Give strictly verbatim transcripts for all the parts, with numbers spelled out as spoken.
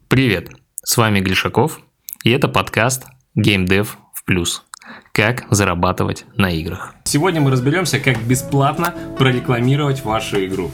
Привет, с вами Глишаков, и это подкаст GameDev в плюс. Как зарабатывать на играх. Сегодня мы разберемся, как бесплатно прорекламировать вашу игру.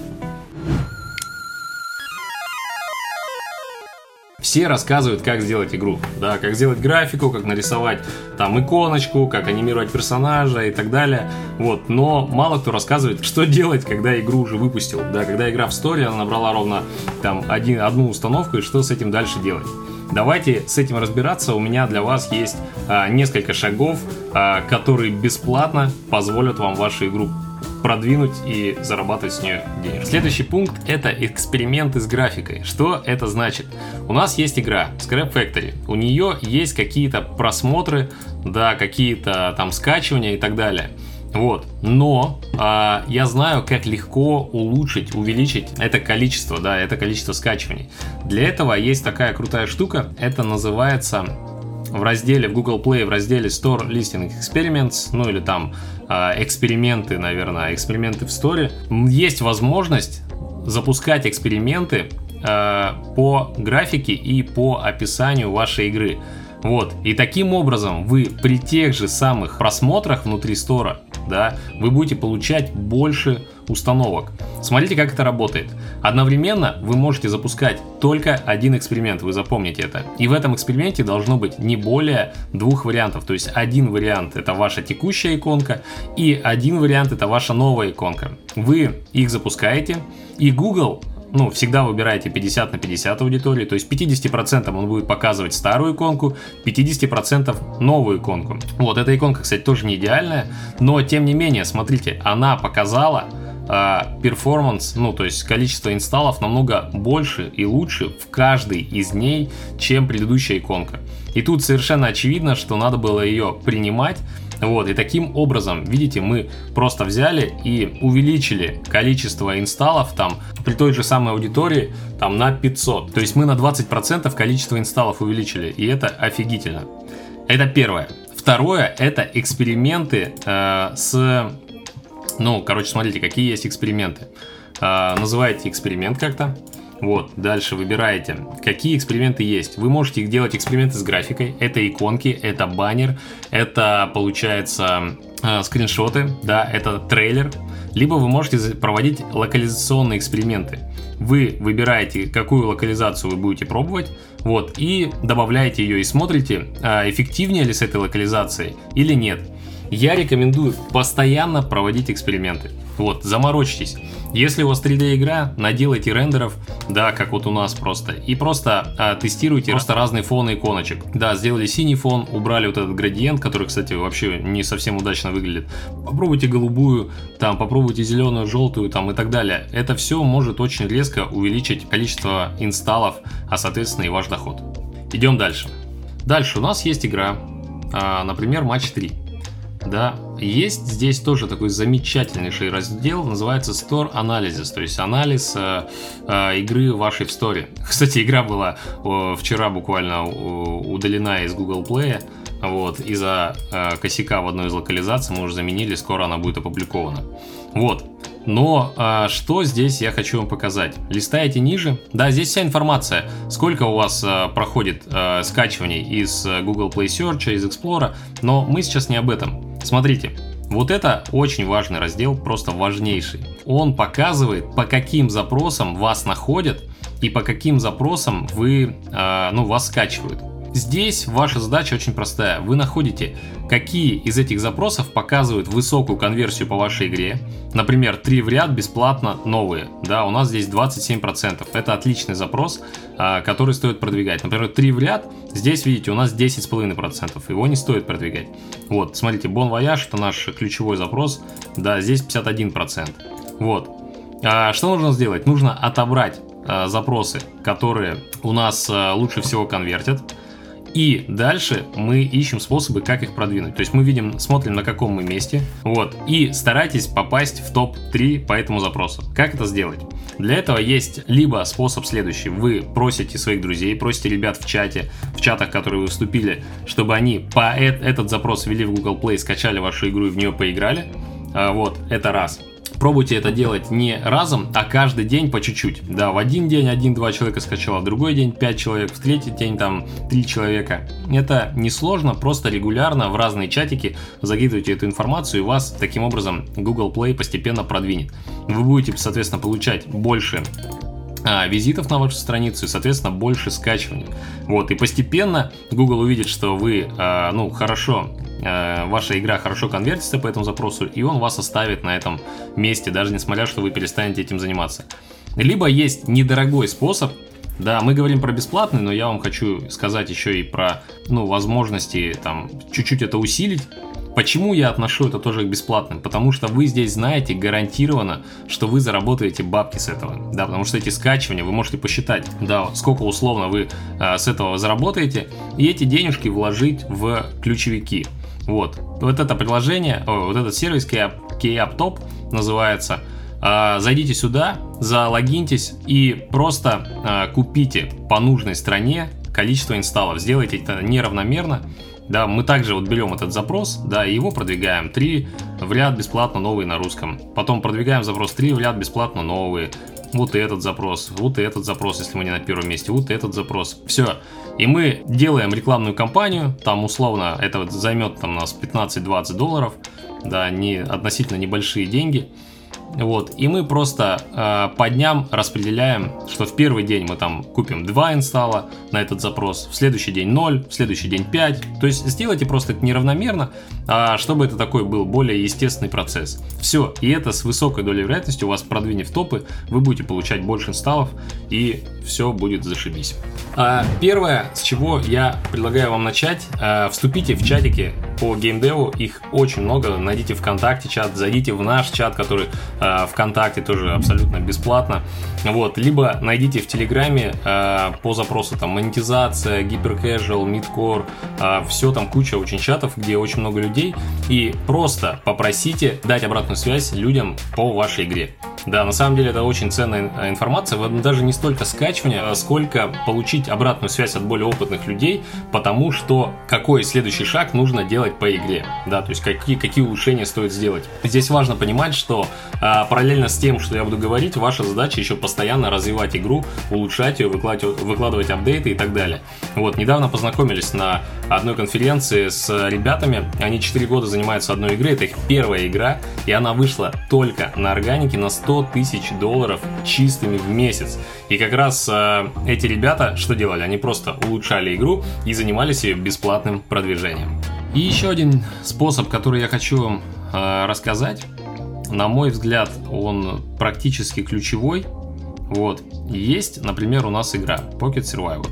Все рассказывают, как сделать игру, да, как сделать графику, как нарисовать там иконочку, как анимировать персонажа и так далее. Вот, но мало кто рассказывает, что делать, когда игру уже выпустил, да, когда игра в сторе, она набрала ровно там один, одну установку, и что с этим дальше делать. Давайте с этим разбираться. У меня для вас есть а, несколько шагов, а, которые бесплатно позволят вам вашу игру продвинуть и зарабатывать с нее денег. Следующий пункт — это эксперименты с графикой. Что это значит? У нас есть игра Scrap Factory. У нее есть какие-то просмотры, да, какие-то там скачивания и так далее. Вот, но а, я знаю, как легко улучшить, увеличить это количество, да, это количество скачиваний. Для этого есть такая крутая штука, это называется в разделе в Google Play, в разделе Store Listing Experiments, ну или там а, эксперименты, наверное, эксперименты в сторе. Есть возможность запускать эксперименты а, по графике и по описанию вашей игры. Вот, и таким образом вы при тех же самых просмотрах внутри стора, да, вы будете получать больше установок. Смотрите, как это работает. Одновременно вы можете запускать только один эксперимент, вы запомните это. И в этом эксперименте должно быть не более двух вариантов. То есть один вариант — это ваша текущая иконка, и один вариант — это ваша новая иконка. Вы их запускаете, и Google... Ну, всегда выбираете пятьдесят на пятьдесят аудитории, то есть пятьдесят процентов он будет показывать старую иконку, пятьдесят процентов новую иконку. Вот, эта иконка, кстати, тоже не идеальная, но тем не менее, смотрите, она показала перформанс, э, ну, то есть количество инсталлов намного больше и лучше в каждой из ней, чем предыдущая иконка. И тут совершенно очевидно, что надо было ее принимать. Вот, и таким образом, видите, мы просто взяли и увеличили количество инсталлов там при той же самой аудитории там на пятьсот. То есть мы на двадцать процентов количество инсталлов увеличили, и это офигительно. Это первое. Второе — это эксперименты э, с... Ну, короче, смотрите, какие есть эксперименты. Э, называете эксперимент как-то. Вот, дальше выбираете, какие эксперименты есть. Вы можете делать эксперименты с графикой. Это иконки, это баннер, это, получается, э, скриншоты, да, это трейлер. Либо вы можете проводить локализационные эксперименты. Вы выбираете, какую локализацию вы будете пробовать, вот, и добавляете ее и смотрите, э, эффективнее ли с этой локализацией или нет. Я рекомендую постоянно проводить эксперименты. Вот, заморочьтесь. Если у вас три дэ игра, наделайте рендеров, да, как вот у нас просто, и просто а, тестируйте просто разные фоны иконочек. Да, сделали синий фон, убрали вот этот градиент, который, кстати, вообще не совсем удачно выглядит. Попробуйте голубую, там, попробуйте зеленую, желтую, там, и так далее. Это все может очень резко увеличить количество инсталлов, а соответственно и ваш доход. Идем дальше. Дальше у нас есть игра, а, например, матч три. Да, есть здесь тоже такой замечательнейший раздел, называется Store Analysis, то есть анализ э, э, игры вашей в сторе. Кстати, игра была э, вчера буквально удалена из Google Play, вот, из-за э, косяка в одной из локализаций, мы уже заменили, скоро она будет опубликована. Вот. Но а, что здесь я хочу вам показать. Листаете ниже. Да, здесь вся информация. Сколько у вас а, проходит а, скачиваний из Google Play Search, из Explorer. Но мы сейчас не об этом. Смотрите. Вот это очень важный раздел, просто важнейший. Он показывает, по каким запросам вас находят и по каким запросам вы, а, ну, вас скачивают. Здесь ваша задача очень простая. Вы находите, какие из этих запросов показывают высокую конверсию по вашей игре. Например, три в ряд бесплатно новые. Да, у нас здесь двадцать семь процентов. Это отличный запрос, который стоит продвигать. Например, три в ряд. Здесь, видите, у нас десять целых пять десятых процента. Его не стоит продвигать. Вот, смотрите, Bon Voyage — это наш ключевой запрос. Да, здесь пятьдесят один процент. Вот. А что нужно сделать? Нужно отобрать а, запросы, которые у нас а, лучше всего конвертят. И дальше мы ищем способы, как их продвинуть. То есть мы видим, смотрим, на каком мы месте. Вот. И старайтесь попасть в топ три по этому запросу. Как это сделать? Для этого есть либо способ следующий. Вы просите своих друзей, просите ребят в чате, в чатах, которые вы вступили, чтобы они по э- этот запрос ввели в Google Play, скачали вашу игру и в нее поиграли. А, вот, это раз. пробуйте это делать не разом, а каждый день по чуть-чуть. Да, в один день один-два человека скачало, в другой день пять человек, в третий день там три человека. Это несложно, просто регулярно в разные чатики закидывайте эту информацию, и вас таким образом Google Play постепенно продвинет. Вы будете, соответственно, получать больше а, визитов на вашу страницу и, соответственно, больше скачиваний. Вот, и постепенно Google увидит, что вы, а, ну, хорошо, а, ваша игра хорошо конвертится по этому запросу, и он вас оставит на этом месте, даже несмотря, что вы перестанете этим заниматься. Либо есть недорогой способ. Да, мы говорим про бесплатный, но я вам хочу сказать еще и про, ну, возможности там чуть-чуть это усилить. Почему я отношу это тоже к бесплатным? Потому что вы здесь знаете гарантированно, что вы заработаете бабки с этого. Да, потому что эти скачивания вы можете посчитать, да, сколько условно вы а, с этого заработаете, и эти денежки вложить в ключевики. Вот, вот это приложение, о, вот этот сервис KeyUpTop называется. А, зайдите сюда, залогиньтесь и просто а, купите по нужной стране количество инсталлов. Сделайте это неравномерно. Да, мы также вот берем этот запрос, да, и его продвигаем. три в ряд бесплатно новые на русском. Потом продвигаем запрос три в ряд бесплатно новые. Вот этот запрос, вот этот запрос, если мы не на первом месте, вот этот запрос. Все. И мы делаем рекламную кампанию, там условно это вот займет там, у нас пятнадцать-двадцать долларов, да, не, относительно небольшие деньги. Вот, и мы просто э, по дням распределяем, что в первый день мы там купим два инсталла на этот запрос, в следующий день ноль, в следующий день пять. То есть сделайте просто это неравномерно, а чтобы это такой был более естественный процесс. Все, и это с высокой долей вероятности у вас продвинет в топы, вы будете получать больше инсталлов, и все будет зашибись. А, первое, с чего я предлагаю вам начать, а, вступите в чатики по геймдеву, их очень много, найдите ВКонтакте чат, зайдите в наш чат, который а, ВКонтакте тоже абсолютно бесплатно, вот, либо найдите в Телеграме а, по запросу там монетизация, гиперкэжуал, мидкор, а, все там куча очень чатов, где очень много людей, и просто попросите дать обратную связь людям по вашей игре. Да, на самом деле это очень ценная информация, даже не столько скачивания, сколько получить обратную связь от более опытных людей, потому что какой следующий шаг нужно делать по игре, да, то есть какие, какие улучшения стоит сделать. Здесь важно понимать, что а, параллельно с тем, что я буду говорить, ваша задача еще постоянно развивать игру, улучшать ее, выкладывать, выкладывать апдейты и так далее. Вот, недавно познакомились на одной конференции с ребятами, они четыре года занимаются одной игрой, это их первая игра, и она вышла только на органике на сто тысяч долларов чистыми в месяц. И как раз э, эти ребята что делали? Они просто улучшали игру и занимались ее бесплатным продвижением. И еще один способ, который я хочу вам э, рассказать, на мой взгляд, он практически ключевой. Вот. Есть, например, у нас игра Pocket Survivor.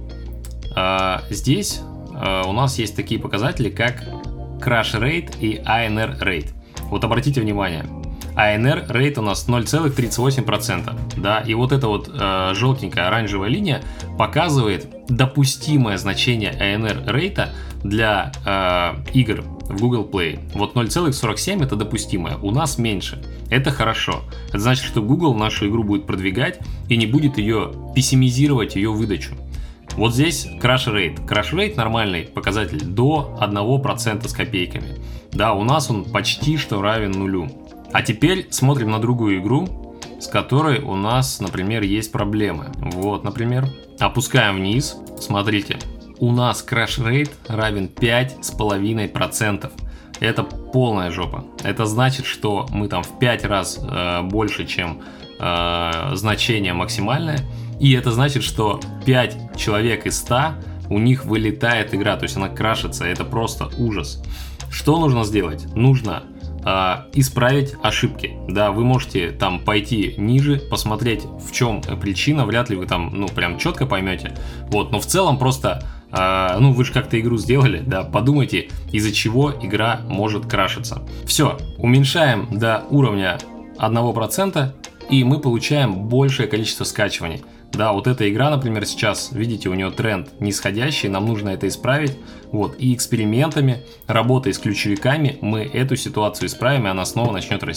Э, здесь э, у нас есть такие показатели, как Crash Rate и эй эн ар Rate. Вот обратите внимание, эй эн ар rate у нас ноль целых тридцать восемь сотых процента, да, и вот эта вот э, желтенькая оранжевая линия показывает допустимое значение эй эн ар rate для э, игр в Google Play. Вот ноль целых сорок семь это допустимое, у нас меньше, это хорошо, это значит, что Google нашу игру будет продвигать и не будет ее пессимизировать, ее выдачу. Вот здесь Crash Rate. Crash Rate нормальный показатель до одного процента с копейками, да, у нас он почти что равен нулю. А теперь смотрим на другую игру, с которой у нас, например, есть проблемы. Вот, например, опускаем вниз, смотрите, у нас Crash Rate равен пять с половиной процентов. Это полная жопа. Это значит, что мы там в пять раз э, больше, чем э, значение максимальное. И это значит, что пять человек из ста у них вылетает игра, то есть она крашится. Это просто ужас. Что нужно сделать? Нужно исправить ошибки. Да, вы можете там пойти ниже, посмотреть, в чем причина, вряд ли вы там, ну, прям четко поймете. Вот, но в целом просто, э, ну, вы же как-то игру сделали, да, подумайте, из-за чего игра может крашиться. Все, уменьшаем до уровня одного процента, и мы получаем большее количество скачиваний. Да, вот эта игра, например, сейчас, видите, у нее тренд нисходящий, нам нужно это исправить. Вот, и экспериментами, работой с ключевиками мы эту ситуацию исправим, и она снова начнет расти.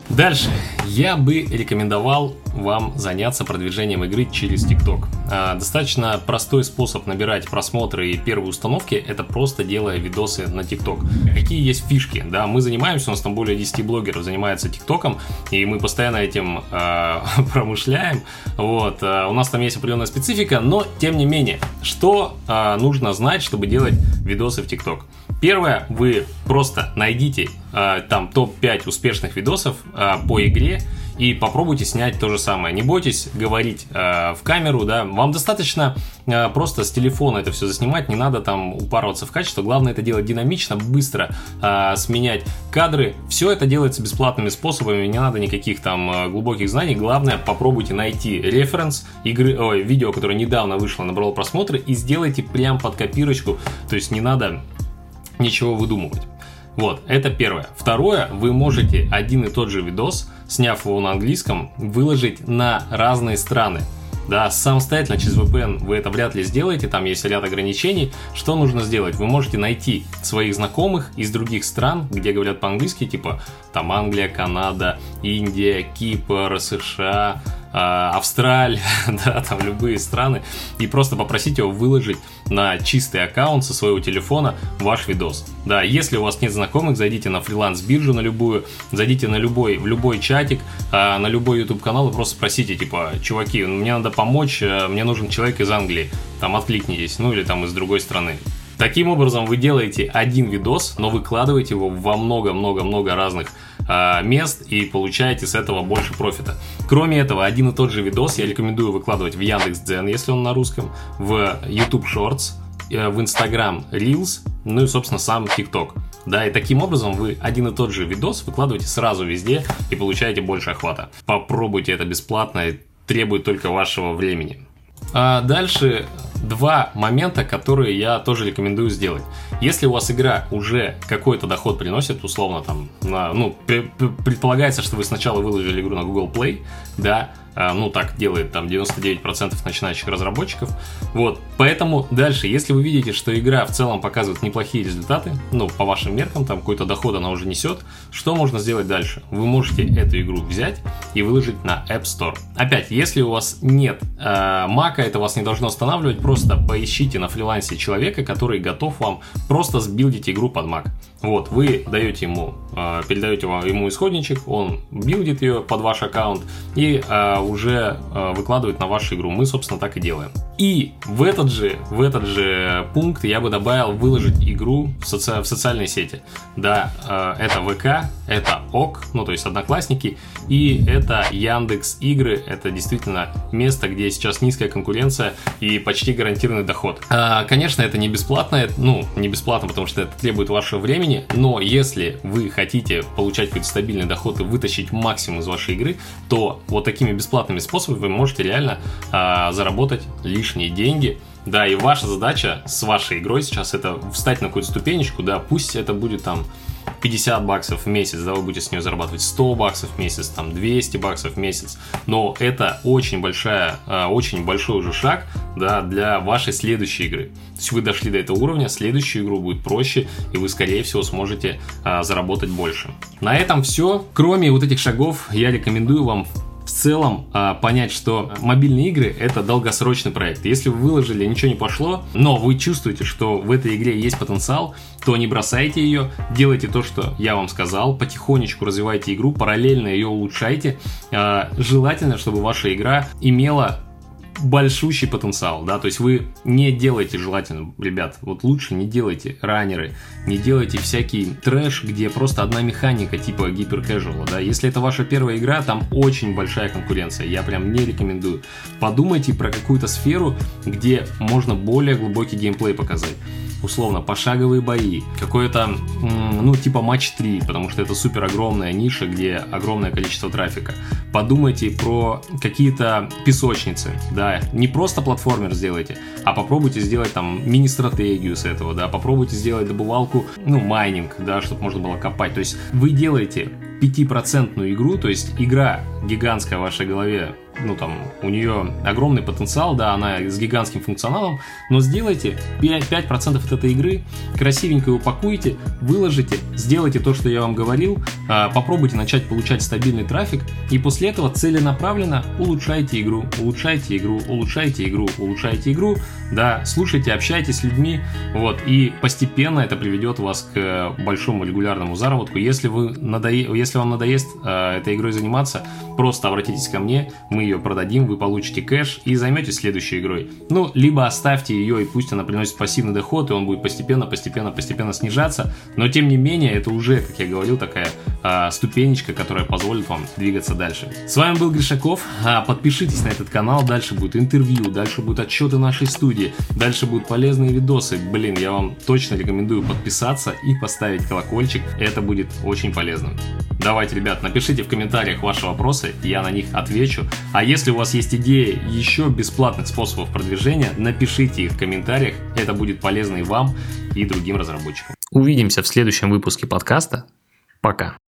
Дальше. Я бы рекомендовал вам заняться продвижением игры через TikTok. А, достаточно простой способ набирать просмотры и первые установки – это просто делая видосы на TikTok. Какие есть фишки? Да, мы занимаемся, у нас там более десяти блогеров занимается TikTok'ом, и мы постоянно этим э, промышляем. Вот, э, у нас там есть определенная специфика, но тем не менее, что э, нужно знать, чтобы делать видосы в TikTok? Первое, вы просто найдите э, там топ пять успешных видосов э, по игре и попробуйте снять то же самое. Не бойтесь говорить э, в камеру, да, вам достаточно э, просто с телефона это все заснимать, не надо там упарываться в качество, главное это делать динамично, быстро э, сменять кадры, все это делается бесплатными способами, не надо никаких там э, глубоких знаний, главное попробуйте найти референс игры, ой, видео, которое недавно вышло, набрало просмотры, и сделайте прям под копирочку, то есть не надо ничего выдумывать. Вот, это первое. Второе, вы можете один и тот же видос, сняв его на английском, выложить на разные страны. Да, самостоятельно через ви пи эн вы это вряд ли сделаете, там есть ряд ограничений. Что нужно сделать? Вы можете найти своих знакомых из других стран, где говорят по-английски, типа там Англия, Канада, Индия, Кипр, США, Австралия, да, там любые страны, и просто попросить его выложить на чистый аккаунт со своего телефона ваш видос. Да, если у вас нет знакомых, зайдите на фриланс-биржу на любую, зайдите на любой, в любой чатик, на любой YouTube канал и просто спросите, типа, чуваки, мне надо помочь, мне нужен человек из Англии, там откликнитесь, ну или там из другой страны. Таким образом вы делаете один видос, но выкладываете его во много-много-много разных э, мест и получаете с этого больше профита. Кроме этого, один и тот же видос я рекомендую выкладывать в Яндекс.Дзен, если он на русском, в YouTube Shorts, э, в Instagram Reels, ну и, собственно, сам TikTok. Да, и таким образом вы один и тот же видос выкладываете сразу везде и получаете больше охвата. Попробуйте, это бесплатно и требует только вашего времени. А дальше два момента, которые я тоже рекомендую сделать. Если у вас игра уже какой-то доход приносит, условно там, на, ну, предполагается, что вы сначала выложили игру на Google Play, да, ну так делает там девяносто девять процентов начинающих разработчиков, вот, поэтому дальше, если вы видите, что игра в целом показывает неплохие результаты, ну, по вашим меркам, там какой-то доход она уже несет, что можно сделать дальше? Вы можете эту игру взять и выложить на App Store. Опять, если у вас нет э, Mac, это вас не должно останавливать, просто поищите на фрилансе человека, который готов вам просто сбилдить игру под Mac. Вот, вы даете ему, э, передаете ему исходничек, он билдит ее под ваш аккаунт и э, уже э, выкладывает на вашу игру. Мы, собственно, так и делаем. И в этот же, в этот же пункт я бы добавил выложить игру в, соци... в социальные сети. Да, э, это ВК, это ОК, ну то есть Одноклассники, и это Яндекс Игры. Это действительно место, где сейчас низкая конкуренция и почти гарантированный доход. Э, конечно, это не бесплатно, ну не бесплатно, потому что это требует вашего времени. Но если вы хотите получать какой-то стабильный доход и вытащить максимум из вашей игры, то вот такими бесплатными способами вы можете реально а, заработать лишние деньги. Да, и ваша задача с вашей игрой сейчас это встать на какую-то ступенечку, да, пусть это будет там пятьдесят баксов в месяц, да, вы будете с нее зарабатывать сто баксов в месяц, там двести баксов в месяц, но это очень большая, очень большой уже шаг, да, для вашей следующей игры. То есть вы дошли до этого уровня, следующую игру будет проще, и вы, скорее всего, сможете а, заработать больше. На этом все. Кроме вот этих шагов, я рекомендую вам в целом а, понять, что мобильные игры — это долгосрочный проект. Если вы выложили, ничего не пошло, но вы чувствуете, что в этой игре есть потенциал, то не бросайте ее, делайте то, что я вам сказал, потихонечку развивайте игру, параллельно ее улучшайте. А, желательно, чтобы ваша игра имела большущий потенциал, да, то есть вы не делайте, желательно, ребят, вот лучше не делайте раннеры, не делайте всякий трэш, где просто одна механика типа гиперкэжуала, да, если это ваша первая игра, там очень большая конкуренция, я прям не рекомендую. Подумайте про какую-то сферу, где можно более глубокий геймплей показать. Условно, пошаговые бои, какое-то, ну, типа матч три, потому что это супер огромная ниша, где огромное количество трафика. Подумайте про какие-то песочницы, да, не просто платформер сделайте, а попробуйте сделать там мини-стратегию с этого, да, попробуйте сделать добывалку, ну, майнинг, да, чтобы можно было копать. То есть вы делаете пятипроцентную игру, то есть игра гигантская в вашей голове ну там, у нее огромный потенциал, да, она с гигантским функционалом, но сделайте пять процентов от этой игры, красивенько упакуйте, выложите, сделайте то, что я вам говорил, попробуйте начать получать стабильный трафик, и после этого целенаправленно улучшайте игру, улучшайте игру, улучшайте игру, улучшайте игру, да, слушайте, общайтесь с людьми, вот, и постепенно это приведет вас к большому регулярному заработку. Если, вы надое... Если вам надоест э, этой игрой заниматься, просто обратитесь ко мне, мы ее продадим, вы получите кэш и займетесь следующей игрой. Ну, либо оставьте ее, и пусть она приносит пассивный доход, и он будет постепенно, постепенно, постепенно снижаться, но тем не менее, это уже, как я говорил, такая э, ступенечка, которая позволит вам двигаться дальше. С вами был Гришаков, подпишитесь на этот канал, дальше будет интервью, дальше будут отчеты нашей студии, дальше будут полезные видосы. Блин, я вам точно рекомендую подписаться и поставить колокольчик, это будет очень полезным. Давайте, ребят, напишите в комментариях ваши вопросы, я на них отвечу. А если у вас есть идеи еще бесплатных способов продвижения, напишите их в комментариях, это будет полезно и вам, и другим разработчикам. Увидимся в следующем выпуске подкаста. Пока.